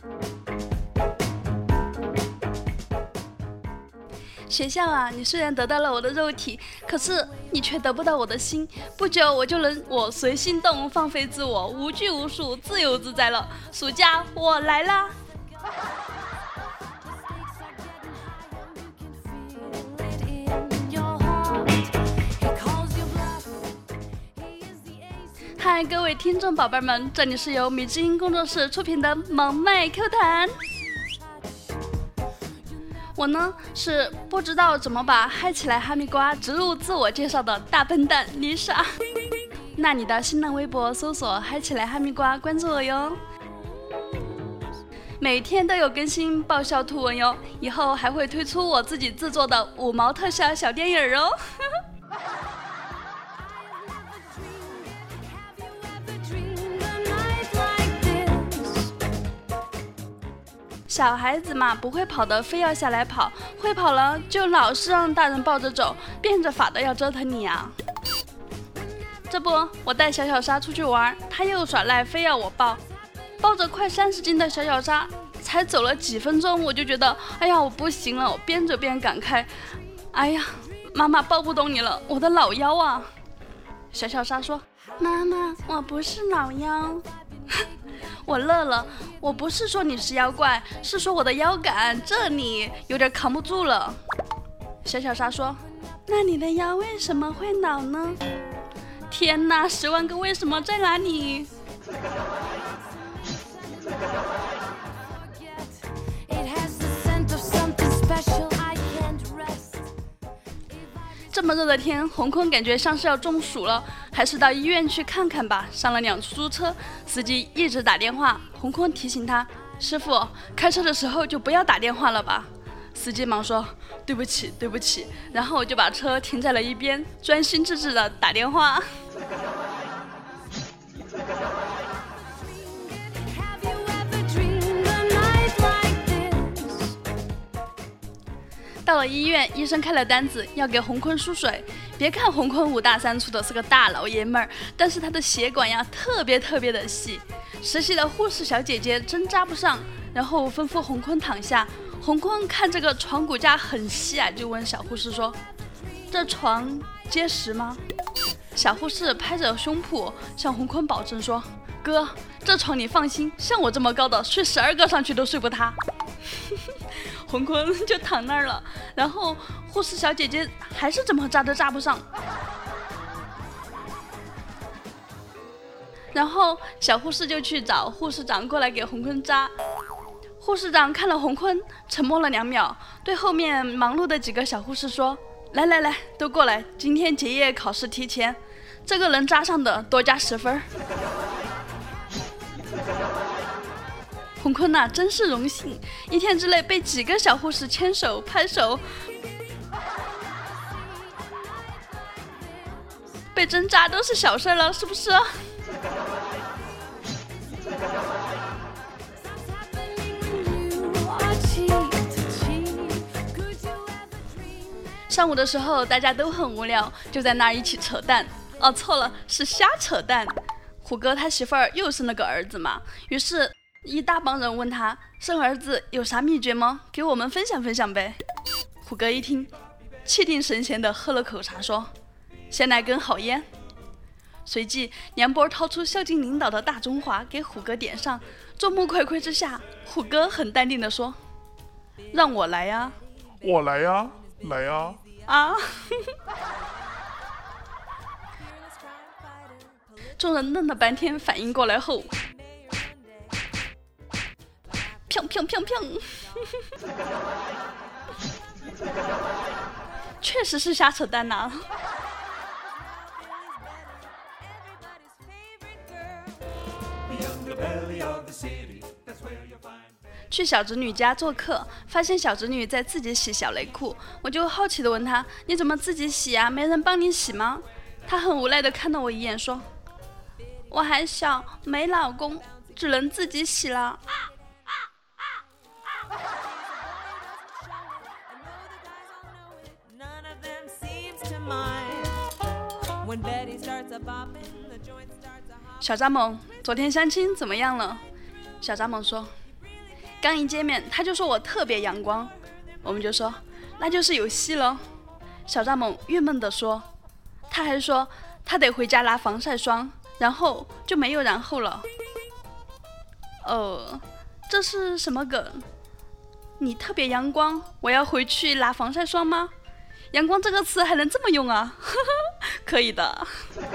学校啊，你虽然得到了我的肉体，可是你却得不到我的心。不久我就能随心动，放飞自我，无拘无束，自由自在了。暑假我来啦！嗨，各位听众宝贝们，这里是由米之音工作室出品的萌妹 Q 弹。我呢是不知道怎么把嗨起来哈密瓜植入自我介绍的大笨蛋丽莎。那你的新浪微博搜索嗨起来哈密瓜，关注我哟。每天都有更新爆笑图文哟，以后还会推出我自己制作的5毛特效小电影哦。小孩子嘛，不会跑的非要下来跑，会跑了就老是让大人抱着走，变着法的要折腾你啊。这不，我带小小莎出去玩，她又耍赖非要我抱着快30斤的小小莎，才走了几分钟，我就觉得哎呀我不行了，我边走边感慨，哎呀妈妈抱不动你了，我的老腰啊。小小莎说，妈妈我不是老腰。我乐了，我不是说你是妖怪，是说我的腰杆这里有点扛不住了。小小莎说，那你的腰为什么会老呢？天哪，10万个为什么在哪里？这么热的天，红坤感觉像是要中暑了，还是到医院去看看吧。上了辆出租车，司机一直打电话，红坤提醒他，师傅，开车的时候就不要打电话了吧。司机忙说，对不起对不起，然后我就把车停在了一边，专心致志的打电话。到了医院，医生开了单子，要给红坤输水。别看红坤5大3粗的，是个大老爷们儿，但是他的血管呀特别的细。实习的护士小姐姐针扎不上，然后吩咐红坤躺下。红坤看这个床骨架很细啊，就问小护士说，这床结实吗？小护士拍着胸脯向红坤保证说，哥，这床你放心，像我这么高的，睡12个上去都睡不塌。红坤就躺那儿了，然后护士小姐姐还是怎么扎都扎不上，然后小护士就去找护士长过来给红坤扎。护士长看了红坤，沉默了2秒，对后面忙碌的几个小护士说，来来来，都过来，今天结业考试提前，这个能扎上的多加10分。红坤呐，真是荣幸，1天之内被几个小护士牵手拍手，被针扎都是小事了，是不是？上午的时候大家都很无聊，就在那儿一起扯淡。哦，错了，是瞎扯淡。虎哥他媳妇儿又生了个儿子嘛，于是一大帮人问他，生儿子有啥秘诀吗？给我们分享分享呗。虎哥一听，气定神闲地喝了口茶说，先来根好烟。随即梁波掏出孝敬领导的大中华给虎哥点上，众目睽睽之下，虎哥很淡定地说，让我来呀。 我来呀，来呀。 啊！众人愣了半天，反应过来后，砰砰砰砰，确实是瞎扯淡呐。去小侄女家做客，发现小侄女在自己洗小内裤，我就好奇地问她，你怎么自己洗啊？没人帮你洗吗？她很无奈地看了我一眼说，我还小，没老公，只能自己洗了。小张猛，昨天相亲怎么样了？小张猛说， 刚一见面他就说我特别阳光，我们就说那就是有戏了。小蚱蜢郁闷地说，他还说他得回家拿防晒霜，然后就没有然后了。这是什么梗？你特别阳光，我要回去拿防晒霜吗？阳光这个词还能这么用啊？可以的。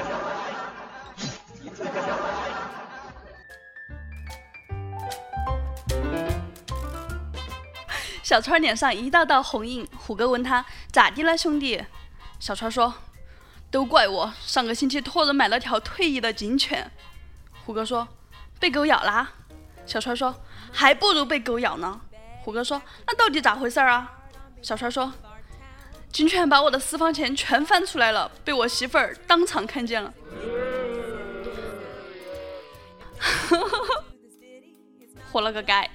小川脸上一道道红印，虎哥问他咋的了兄弟？小川说都怪我上个星期托人买了条退役的警犬。虎哥说被狗咬啦。小川说还不如被狗咬呢。虎哥说那到底咋回事啊？小川说警犬把我的私房钱全翻出来了，被我媳妇儿当场看见了。活了个该。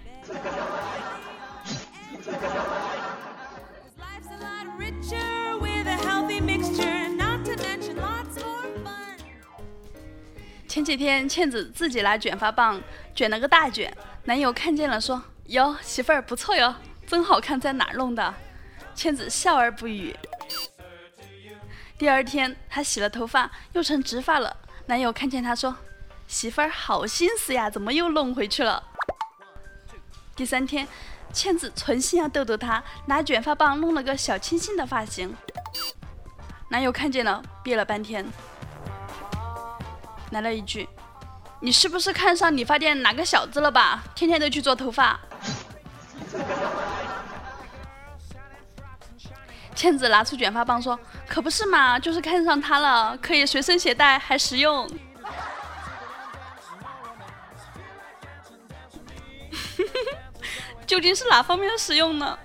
前几天倩子自己拿卷发棒卷了个大卷，男友看见了说哟媳妇儿不错哟，真好看，在哪儿弄的？倩子笑而不语。第二天她洗了头发又成直发了，男友看见她说媳妇儿好心思呀，怎么又弄回去了？第三天倩子存心要逗逗她，拿卷发棒弄了个小清新的发型，男友看见了憋了半天，来了一句你是不是看上理发店哪个小子了吧，天天都去做头发？倩子拿出卷发棒说可不是嘛，就是看上他了，可以随身携带还实用。究竟是哪方面的实用呢？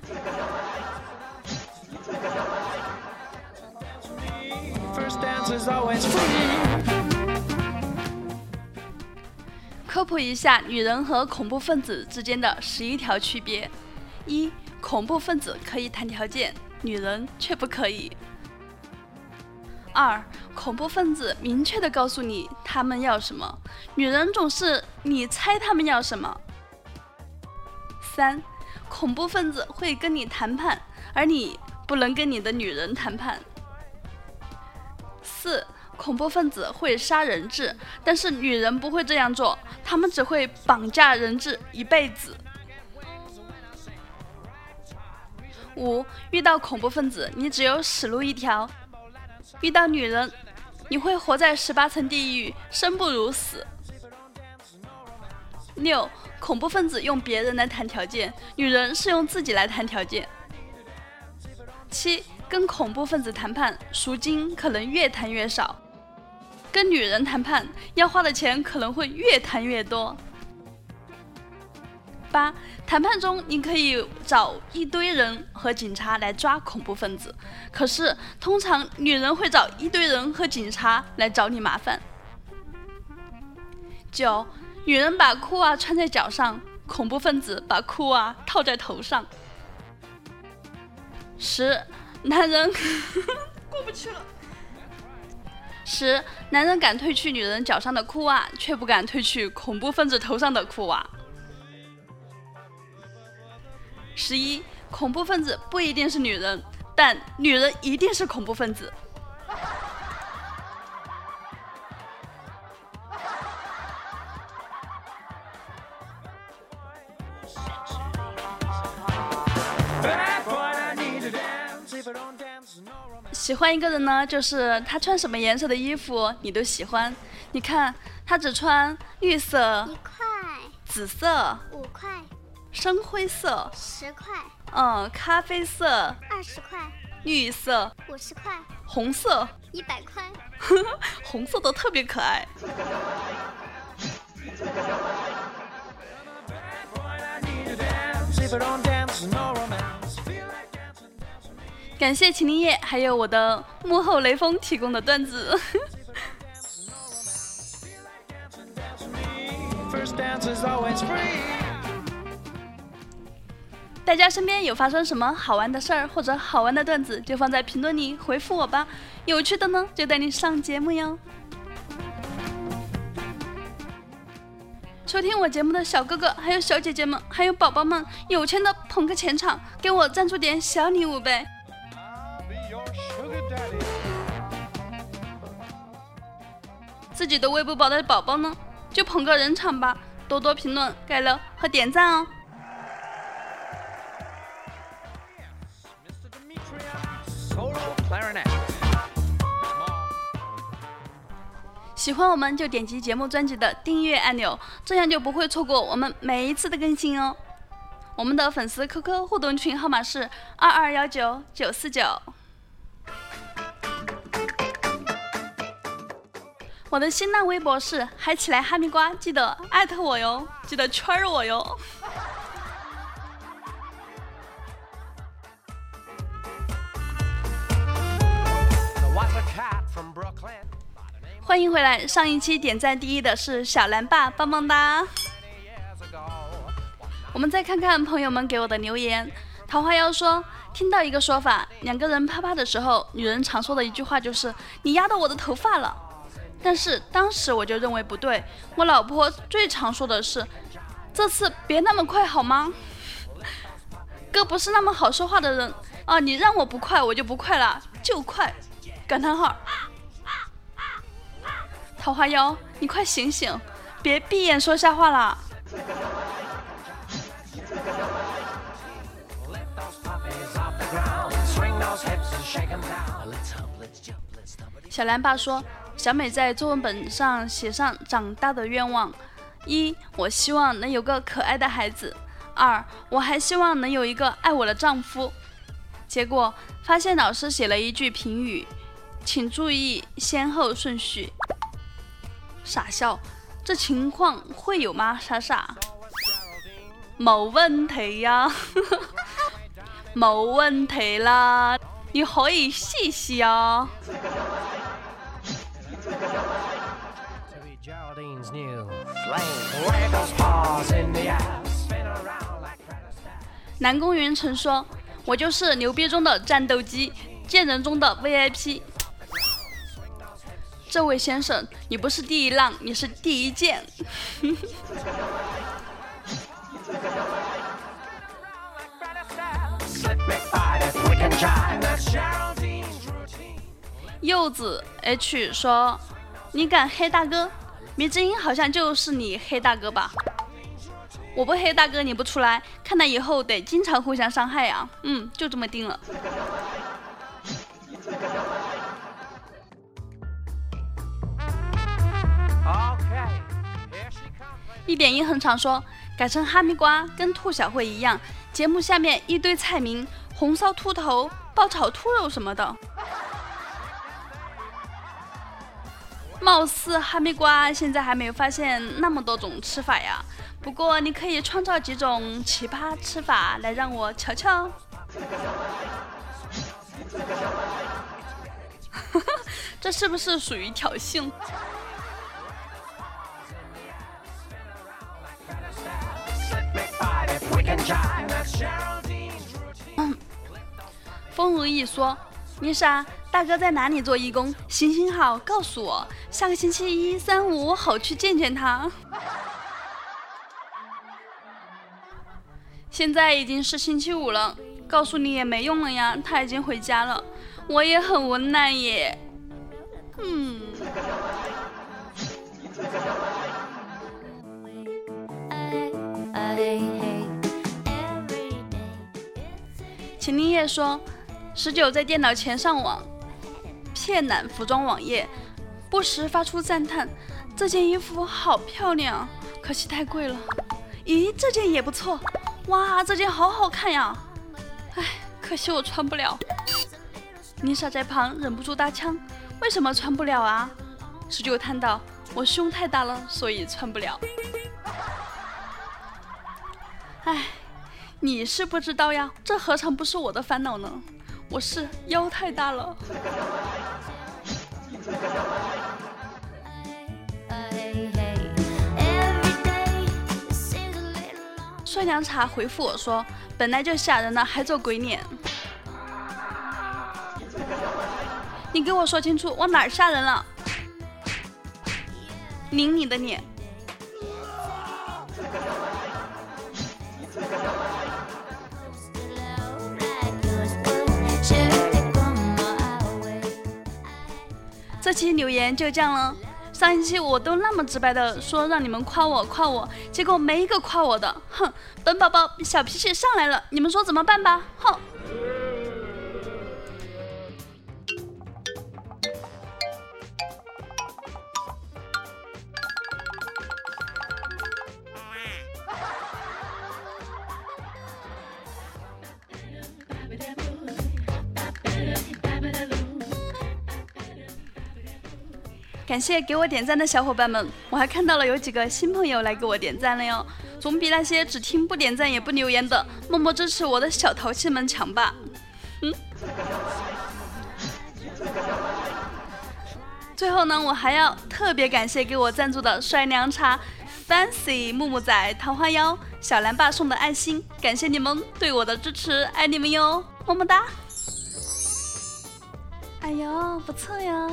科普一下女人和恐怖分子之间的11条区别：一、恐怖分子可以谈条件，女人却不可以。2、恐怖分子明确地告诉你他们要什么，女人总是你猜他们要什么。3、恐怖分子会跟你谈判，而你不能跟你的女人谈判。4、恐怖分子会杀人质，但是女人不会这样做，他们只会绑架人质一辈子。5、遇到恐怖分子，你只有死路一条；遇到女人，你会活在18层地狱，生不如死。6、恐怖分子用别人来谈条件，女人是用自己来谈条件。7、跟恐怖分子谈判，赎金可能越谈越少；跟女人谈判，要花的钱可能会越谈越多。8、谈判中你可以找一堆人和警察来抓恐怖分子，可是通常女人会找一堆人和警察来找你麻烦。9、女人把裤袜穿在脚上，恐怖分子把裤袜套在头上。10、男人过不去了。10、男人敢褪去女人脚上的裤袜，却不敢褪去恐怖分子头上的裤袜。11、恐怖分子不一定是女人，但女人一定是恐怖分子。喜欢一个人呢，就是他穿什么颜色的衣服你都喜欢。你看他只穿绿色 1块， 紫色 5块， 深灰色 10块， 咖啡色 20块， 绿色 50块， 红色 100块。 红色都特别可爱。感谢秦林叶还有我的幕后雷锋提供的段子。大家身边有发生什么好玩的事儿或者好玩的段子，就放在评论里回复我吧，有趣的呢就带你上节目哟。 收听我节目的小哥哥，还有小姐姐们，还有宝宝们，有钱的捧个钱场，给我赞助点小礼物呗。自己都喂不饱的宝宝呢，就捧个人场吧，多多评论、盖楼和点赞哦。喜欢我们就点击节目专辑的订阅按钮，这样就不会错过我们每一次的更新哦。我们的粉丝 QQ 互动群号码是2219949。我的新浪微博是嗨起来哈密瓜，记得艾特我哟，记得圈我哟。欢迎回来，上一期点赞第一的是小蓝爸，棒棒哒。我们再看看朋友们给我的留言。桃花妖说，听到一个说法，两个人啪啪的时候，女人常说的一句话就是你压到我的头发了。但是当时我就认为不对，我老婆最常说的是这次别那么快好吗？哥不是那么好说话的人啊，你让我不快我就不快了，就快！感叹号。桃花妖，你快醒醒，别闭眼说瞎话啦！小蓝爸说，小美在作文本上写上长大的愿望：一，我希望能有个可爱的孩子；二，我还希望能有一个爱我的丈夫。结果发现老师写了一句评语，请注意先后顺序。傻笑，这情况会有吗？傻傻，冇问题呀，冇问题啦，你可以试试啊。南宫云曾说，我就是牛逼中的战斗机，贱人中的 VIP。这位先生，你不是第一浪，你是第一剑。柚子 H 说，你敢黑大哥？迷之音好像就是你黑大哥吧？我不黑大哥你不出来，看来以后得经常互相伤害呀。就这么定了。1.1横长说，改成哈密瓜跟兔小慧一样，节目下面一堆菜名，红烧兔头、爆炒兔肉什么的。貌似哈密瓜现在还没有发现那么多种吃法呀，不过你可以创造几种奇葩吃法来让我瞧瞧。这是不是属于挑衅？风如意说，妮莎，大哥在哪里做义工？行行好，告诉我，下个星期1、3、5好去见见他。现在已经是星期5了，告诉你也没用了呀，他已经回家了，我也很无奈耶。秦林叶说，19在电脑前上网，骗懒服装网页，不时发出赞叹：这件衣服好漂亮，可惜太贵了。咦，这件也不错，哇，这件好好看呀！唉，可惜我穿不了。妮莎在旁忍不住搭腔：为什么穿不了啊？19叹道：我胸太大了，所以穿不了。唉，你是不知道呀，这何尝不是我的烦恼呢？我是腰太大了。帅凉茶回复我说，本来就吓人了，还做鬼脸。你给我说清楚，我哪儿吓人了？拧你的脸。 这期留言就这样了。上一期我都那么直白的说让你们夸我，结果没一个夸我的，哼！本宝宝小脾气上来了，你们说怎么办吧？哼！感谢给我点赞的小伙伴们，我还看到了有几个新朋友来给我点赞了哟，总比那些只听不点赞也不留言的默默支持我的小淘气们强吧。最后呢，我还要特别感谢给我赞助的帅凉茶、Fancy、木木仔、桃花妖、小蓝爸送的爱心，感谢你们对我的支持，爱你们哟，么么哒。哎呦，不错哟。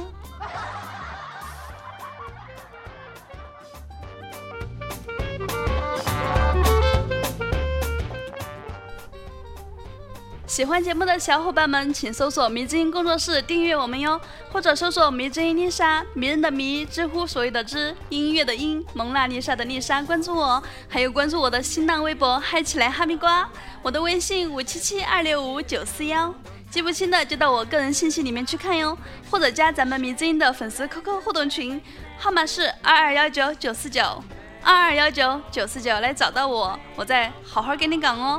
喜欢节目的小伙伴们，请搜索迷之音工作室订阅我们哟，或者搜索迷之音丽莎，迷人的迷，知乎所有的知，音乐的音，蒙娜丽莎的丽莎，关注我，还有关注我的新浪微博嗨起来哈密瓜，我的微信577265941，记不清的就到我个人信息里面去看哟，或者加咱们迷之音的粉丝 QQ 互动群，号码是2219949，2219949来找到我，我再好好给你讲哦。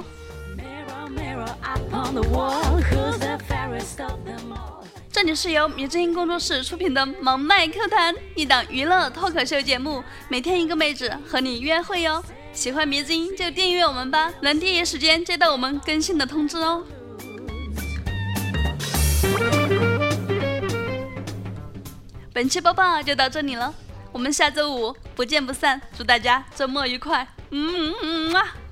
这里是由迷之音工作室出品的萌麦 Q 弹，一档娱乐脱口秀节目，每天一个妹子和你约会哟。喜欢迷之音就订阅我们吧，能第一时间接到我们更新的通知哦。本期播报就到这里了，我们下周五不见不散，祝大家周末愉快。啊。